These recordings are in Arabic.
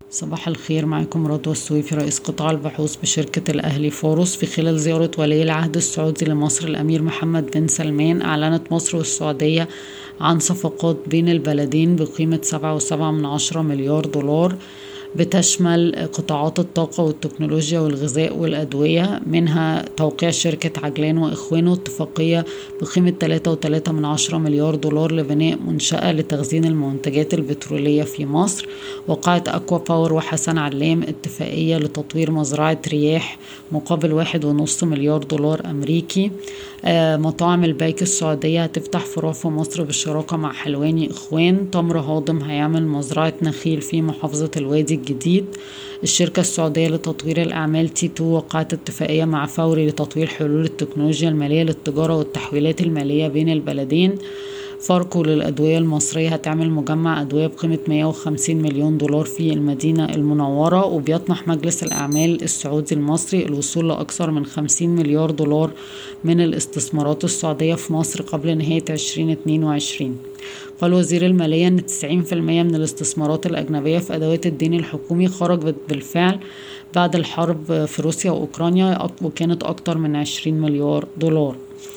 صباح الخير، معكم رضوى السويفي رئيس قطاع البحوث بشركة الأهلي فورس. في خلال زيارة ولي العهد السعودي لمصر الأمير محمد بن سلمان، أعلنت مصر والسعودية عن صفقات بين البلدين بقيمة 7.7 مليار دولار، بتشمل قطاعات الطاقة والتكنولوجيا والغذاء والأدوية. منها توقيع شركة عجلان وإخوانه اتفاقية بقيمة 3.3 مليار دولار لبناء منشأة لتخزين المنتجات البترولية في مصر. وقعت أكوا باور وحسن علام اتفاقية لتطوير مزرعة رياح مقابل 1.5 مليار دولار أمريكي. مطاعم البيك السعودية هتفتح فروع في مصر بالشراكة مع حلواني إخوان. تمر هاضم هيعمل مزرعة نخيل في محافظة الوادي الجديد. الشركة السعودية لتطوير الأعمال T2 وقعت اتفاقية مع فوري لتطوير حلول التكنولوجيا المالية للتجارة والتحويلات المالية بين البلدين. فاركو للأدوية المصرية هتعمل مجمع أدوية بقيمة 150 مليون دولار في المدينة المنورة. وبيطمح مجلس الأعمال السعودي المصري الوصول لأكثر من 50 مليار دولار من الاستثمارات السعودية في مصر قبل نهاية 2022. قال وزير المالية أن 90% من الاستثمارات الأجنبية في أدوات الدين الحكومي خرجت بالفعل بعد الحرب في روسيا وأوكرانيا، وكانت أكثر من 20 مليار دولار.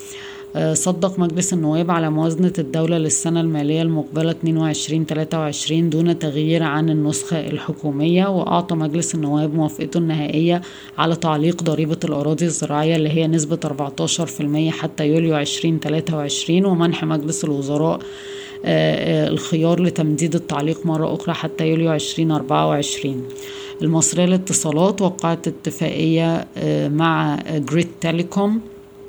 صدق مجلس النواب على موازنة الدولة للسنة المالية المقبلة 22-23 دون تغيير عن النسخة الحكومية. وأعطى مجلس النواب موافقته النهائية على تعليق ضريبة الأراضي الزراعية اللي هي نسبة 14% حتى يوليو 2023، ومنح مجلس الوزراء الخيار لتمديد التعليق مرة أخرى حتى يوليو 2024. المصرية للاتصالات وقعت اتفاقية مع جريد تيليكوم،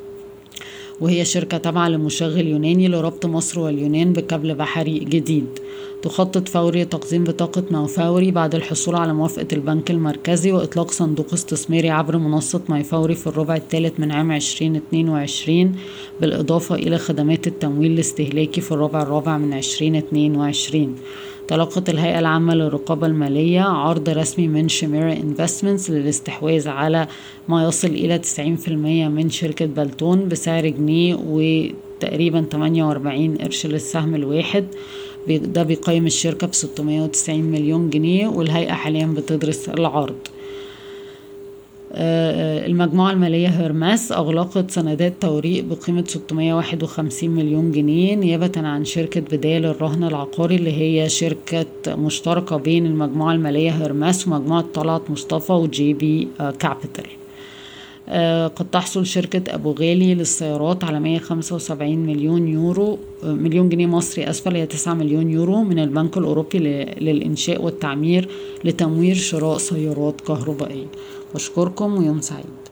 وهي شركة تابعة لمشغل يوناني لربط مصر واليونان بكابل بحري جديد. تخطط فوري تقديم بطاقة ماي فوري بعد الحصول على موافقة البنك المركزي وإطلاق صندوق استثماري عبر منصة ماي فوري في الربع الثالث من عام 2022، بالإضافة إلى خدمات التمويل الاستهلاكي في الربع الرابع من 2022. تلقت الهيئة العامة للرقابة المالية عرض رسمي من شيميرا انفستمنتس للاستحواذ على ما يصل إلى 90% من شركة بلتون بسعر جنيه وتقريبا 48 قرش للسهم الواحد. ده بيقيم الشركة ب 690 مليون جنيه، والهيئة حاليا بتدرس العرض. المجموعة المالية هيرماس أغلقت سندات توريق بقيمة 651 مليون جنيه نيابة عن شركة بداية للرهن العقاري، اللي هي شركة مشتركة بين المجموعة المالية هيرماس ومجموعة طلعت مصطفى وجي بي كابيتال. قد تحصل شركة أبو غالي للسيارات على 175 مليون جنيه مصري هي 9 مليون يورو من البنك الأوروبي للإنشاء والتعمير لتمويل شراء سيارات كهربائية. بشكركم ويوم سعيد.